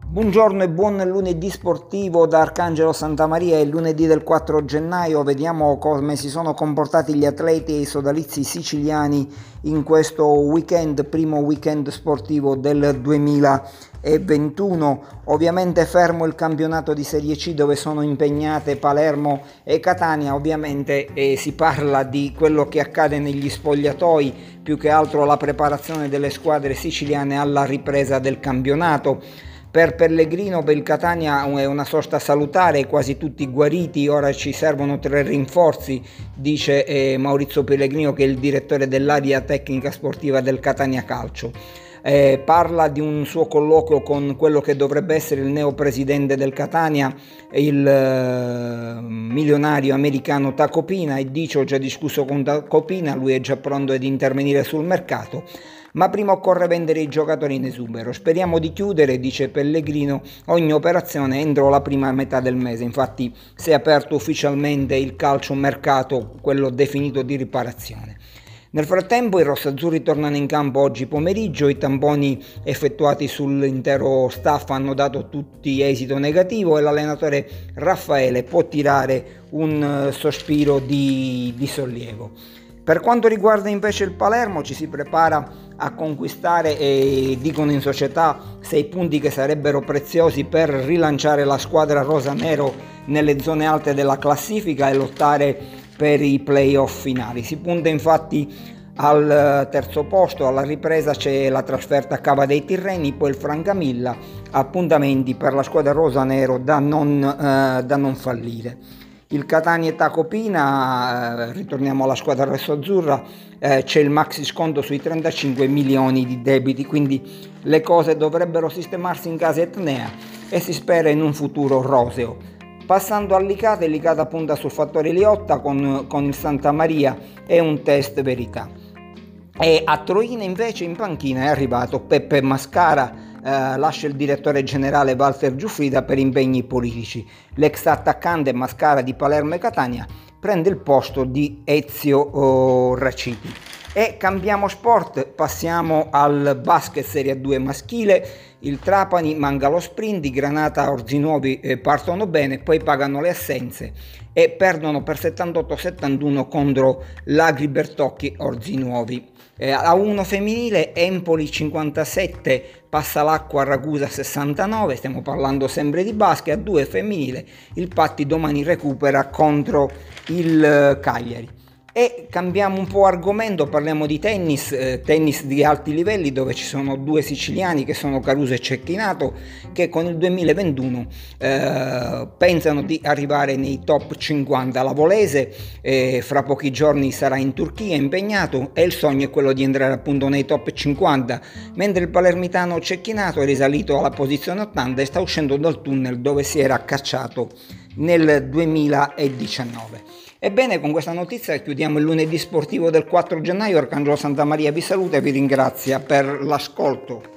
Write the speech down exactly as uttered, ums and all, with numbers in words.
Buongiorno e buon lunedì sportivo da Arcangelo Santamaria. È il lunedì del quattro gennaio, vediamo come si sono comportati gli atleti e i sodalizi siciliani in questo weekend, primo weekend sportivo del duemilaventuno. Ovviamente fermo il campionato di Serie C dove sono impegnate Palermo e Catania. Ovviamente eh, si parla di quello che accade negli spogliatoi, più che altro la preparazione delle squadre siciliane alla ripresa del campionato. Per Pellegrino, per il Catania è una sosta salutare, quasi tutti guariti, ora ci servono tre rinforzi, dice eh, Maurizio Pellegrino, che è il direttore dell'area tecnica sportiva del Catania Calcio. Eh, parla di un suo colloquio con quello che dovrebbe essere il neopresidente del Catania, il eh, milionario americano Tacopina, e dice: ho già discusso con Tacopina, lui è già pronto ad intervenire sul mercato, ma prima occorre vendere i giocatori in esubero. Speriamo di chiudere, dice Pellegrino, ogni operazione entro la prima metà del mese. Infatti si è aperto ufficialmente il calciomercato, quello definito di riparazione. Nel frattempo i rossazzurri tornano in campo oggi pomeriggio, i tamponi effettuati sull'intero staff hanno dato tutti esito negativo e l'allenatore Raffaele può tirare un sospiro di, di sollievo. Per quanto riguarda invece il Palermo, ci si prepara a conquistare, e dicono in società, sei punti che sarebbero preziosi per rilanciare la squadra rosanero nelle zone alte della classifica e lottare per i playoff finali. Si punta infatti al terzo posto. Alla ripresa c'è la trasferta a Cava dei Tirreni, poi il Francamilla, appuntamenti per la squadra rosanero da non, eh, da non fallire. Il Catania e Tacopina, eh, ritorniamo alla squadra rossoazzurra, eh, c'è il maxi sconto sui trentacinque milioni di debiti, quindi le cose dovrebbero sistemarsi in casa etnea e si spera in un futuro roseo. Passando a Licata, Licata punta sul fattore Liotta con, con il Santa Maria e un test verità. E a Troina invece in panchina è arrivato Peppe Mascara. Uh, lascia il direttore generale Walter Giuffrida per impegni politici. L'ex attaccante Mascara di Palermo e Catania prende il posto di Ezio oh, Raciti. E cambiamo sport, passiamo al basket Serie A due maschile. Il Trapani manca lo sprint, i Granata Orzinuovi eh, partono bene, poi pagano le assenze e perdono per settantotto a settantuno contro l'Agri Bertocchi Orzinuovi. Eh, a uno femminile Empoli cinquantasette, passa l'acqua a Ragusa sessantanove, stiamo parlando sempre di basket. A due femminile il Patti domani recupera contro il eh, Cagliari. E cambiamo un po' argomento, parliamo di tennis, eh, tennis di alti livelli, dove ci sono due siciliani che sono Caruso e Cecchinato, che con il duemilaventuno eh, pensano di arrivare nei top cinquanta. La Volese eh, fra pochi giorni sarà in Turchia impegnato e il sogno è quello di entrare appunto nei top cinquanta, mentre il palermitano Cecchinato è risalito alla posizione ottanta e sta uscendo dal tunnel dove si era cacciato nel duemiladiciannove. Ebbene, con questa notizia chiudiamo il lunedì sportivo del quattro gennaio. Arcangelo Santamaria vi saluta e vi ringrazia per l'ascolto.